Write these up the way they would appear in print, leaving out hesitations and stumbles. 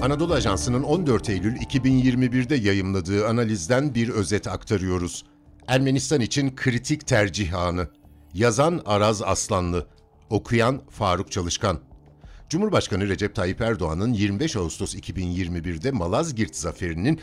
Anadolu Ajansı'nın 14 Eylül 2021'de yayımladığı analizden bir özet aktarıyoruz. Ermenistan için kritik tercih anı. Yazan Araz Aslanlı, okuyan Faruk Çalışkan. Cumhurbaşkanı Recep Tayyip Erdoğan'ın 25 Ağustos 2021'de Malazgirt Zaferi'nin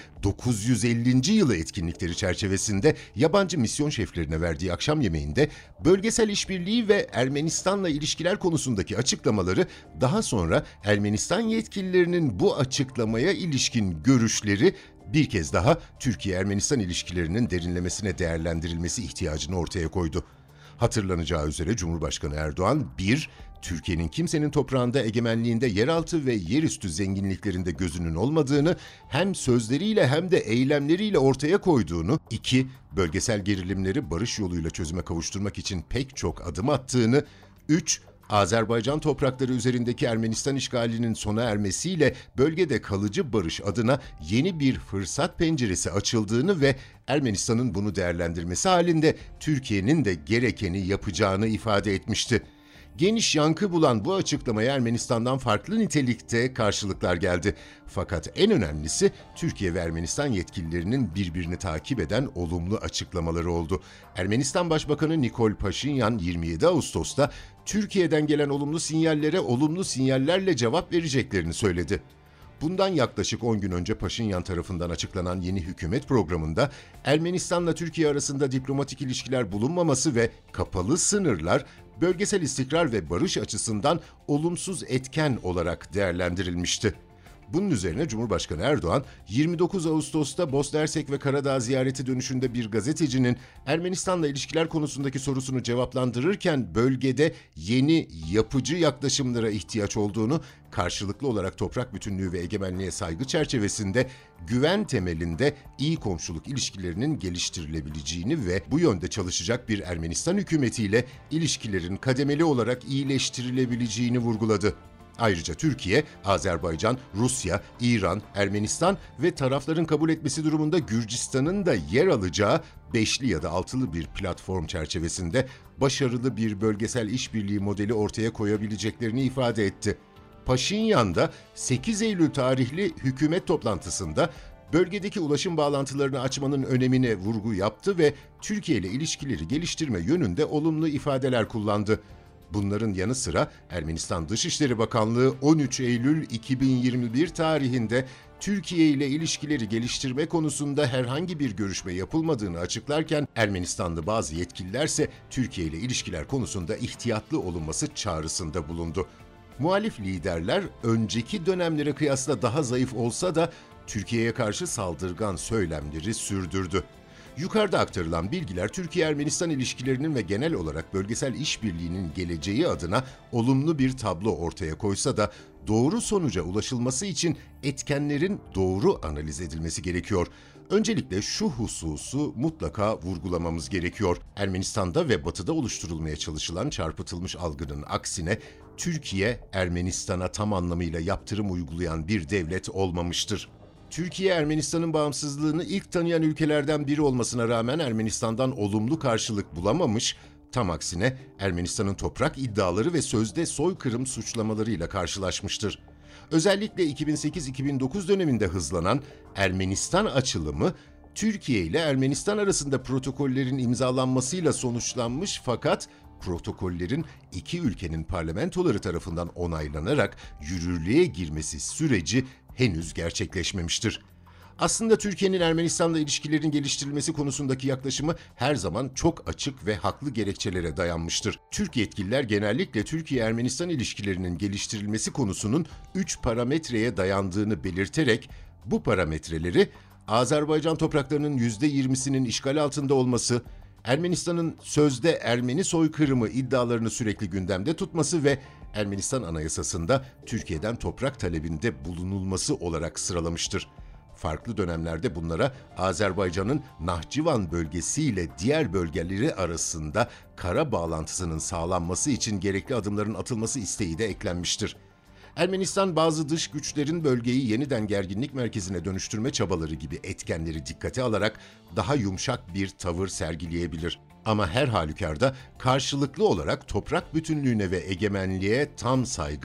950. yılı etkinlikleri çerçevesinde yabancı misyon şeflerine verdiği akşam yemeğinde bölgesel işbirliği ve Ermenistan'la ilişkiler konusundaki açıklamaları, daha sonra Ermenistan yetkililerinin bu açıklamaya ilişkin görüşleri bir kez daha Türkiye-Ermenistan ilişkilerinin derinlemesine değerlendirilmesi ihtiyacını ortaya koydu. Hatırlanacağı üzere Cumhurbaşkanı Erdoğan, Türkiye'nin kimsenin toprağında egemenliğinde yeraltı ve yerüstü zenginliklerinde gözünün olmadığını, hem sözleriyle hem de eylemleriyle ortaya koyduğunu, 2. Bölgesel gerilimleri barış yoluyla çözüme kavuşturmak için pek çok adım attığını, 3. Azerbaycan toprakları üzerindeki Ermenistan işgalinin sona ermesiyle bölgede kalıcı barış adına yeni bir fırsat penceresi açıldığını ve Ermenistan'ın bunu değerlendirmesi halinde Türkiye'nin de gerekeni yapacağını ifade etmişti. Geniş yankı bulan bu açıklamaya Ermenistan'dan farklı nitelikte karşılıklar geldi. Fakat en önemlisi Türkiye ve Ermenistan yetkililerinin birbirini takip eden olumlu açıklamaları oldu. Ermenistan Başbakanı Nikol Paşinyan 27 Ağustos'ta Türkiye'den gelen olumlu sinyallere olumlu sinyallerle cevap vereceklerini söyledi. Bundan yaklaşık 10 gün önce Paşinyan tarafından açıklanan yeni hükümet programında Ermenistan'la Türkiye arasında diplomatik ilişkiler bulunmaması ve kapalı sınırlar bölgesel istikrar ve barış açısından olumsuz etken olarak değerlendirilmişti. Bunun üzerine Cumhurbaşkanı Erdoğan, 29 Ağustos'ta Bosna Hersek ve Karadağ ziyareti dönüşünde bir gazetecinin Ermenistan'la ilişkiler konusundaki sorusunu cevaplandırırken bölgede yeni yapıcı yaklaşımlara ihtiyaç olduğunu, karşılıklı olarak toprak bütünlüğü ve egemenliğe saygı çerçevesinde güven temelinde iyi komşuluk ilişkilerinin geliştirilebileceğini ve bu yönde çalışacak bir Ermenistan hükümetiyle ilişkilerin kademeli olarak iyileştirilebileceğini vurguladı. Ayrıca Türkiye, Azerbaycan, Rusya, İran, Ermenistan ve tarafların kabul etmesi durumunda Gürcistan'ın da yer alacağı beşli ya da altılı bir platform çerçevesinde başarılı bir bölgesel işbirliği modeli ortaya koyabileceklerini ifade etti. Paşinyan da 8 Eylül tarihli hükümet toplantısında bölgedeki ulaşım bağlantılarını açmanın önemine vurgu yaptı ve Türkiye ile ilişkileri geliştirme yönünde olumlu ifadeler kullandı. Bunların yanı sıra Ermenistan Dışişleri Bakanlığı 13 Eylül 2021 tarihinde Türkiye ile ilişkileri geliştirme konusunda herhangi bir görüşme yapılmadığını açıklarken, Ermenistanlı bazı yetkililerse Türkiye ile ilişkiler konusunda ihtiyatlı olunması çağrısında bulundu. Muhalif liderler önceki dönemlere kıyasla daha zayıf olsa da Türkiye'ye karşı saldırgan söylemleri sürdürdü. Yukarıda aktarılan bilgiler Türkiye-Ermenistan ilişkilerinin ve genel olarak bölgesel işbirliğinin geleceği adına olumlu bir tablo ortaya koysa da doğru sonuca ulaşılması için etkenlerin doğru analiz edilmesi gerekiyor. Öncelikle şu hususu mutlaka vurgulamamız gerekiyor. Ermenistan'da ve Batı'da oluşturulmaya çalışılan çarpıtılmış algının aksine Türkiye, Ermenistan'a tam anlamıyla yaptırım uygulayan bir devlet olmamıştır. Türkiye, Ermenistan'ın bağımsızlığını ilk tanıyan ülkelerden biri olmasına rağmen Ermenistan'dan olumlu karşılık bulamamış, tam aksine Ermenistan'ın toprak iddiaları ve sözde soykırım suçlamalarıyla karşılaşmıştır. Özellikle 2008-2009 döneminde hızlanan Ermenistan açılımı, Türkiye ile Ermenistan arasında protokollerin imzalanmasıyla sonuçlanmış, fakat protokollerin iki ülkenin parlamentoları tarafından onaylanarak yürürlüğe girmesi süreci henüz gerçekleşmemiştir. Aslında Türkiye'nin Ermenistan'la ilişkilerin geliştirilmesi konusundaki yaklaşımı her zaman çok açık ve haklı gerekçelere dayanmıştır. Türk yetkililer genellikle Türkiye-Ermenistan ilişkilerinin geliştirilmesi konusunun 3 parametreye dayandığını belirterek, bu parametreleri Azerbaycan topraklarının %20'sinin işgal altında olması, Ermenistan'ın sözde Ermeni soykırımı iddialarını sürekli gündemde tutması ve Ermenistan Anayasası'nda Türkiye'den toprak talebinde bulunulması olarak sıralamıştır. Farklı dönemlerde bunlara Azerbaycan'ın Nahçıvan bölgesiyle diğer bölgeleri arasında kara bağlantısının sağlanması için gerekli adımların atılması isteği de eklenmiştir. Ermenistan, bazı dış güçlerin bölgeyi yeniden gerginlik merkezine dönüştürme çabaları gibi etkenleri dikkate alarak daha yumuşak bir tavır sergileyebilir. Ama her halükarda karşılıklı olarak toprak bütünlüğüne ve egemenliğe tam saygı,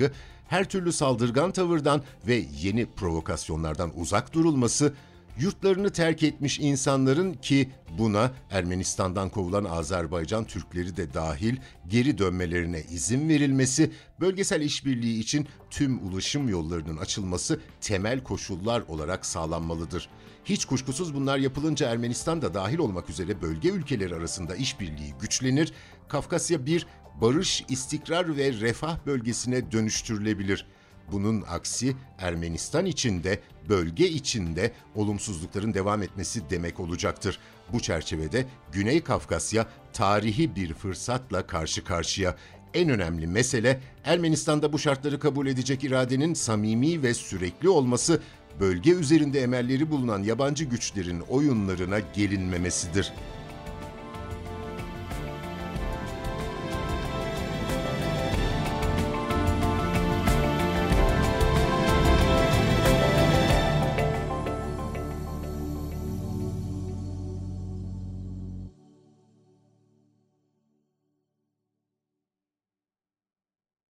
her türlü saldırgan tavırdan ve yeni provokasyonlardan uzak durulması, yurtlarını terk etmiş insanların ki buna Ermenistan'dan kovulan Azerbaycan Türkleri de dahil geri dönmelerine izin verilmesi, bölgesel işbirliği için tüm ulaşım yollarının açılması temel koşullar olarak sağlanmalıdır. Hiç kuşkusuz bunlar yapılınca Ermenistan da dahil olmak üzere bölge ülkeleri arasında işbirliği güçlenir, Kafkasya bir barış, istikrar ve refah bölgesine dönüştürülebilir. Bunun aksi Ermenistan için de bölge içinde olumsuzlukların devam etmesi demek olacaktır. Bu çerçevede Güney Kafkasya tarihi bir fırsatla karşı karşıya. En önemli mesele Ermenistan'da bu şartları kabul edecek iradenin samimi ve sürekli olması, bölge üzerinde emelleri bulunan yabancı güçlerin oyunlarına gelinmemesidir.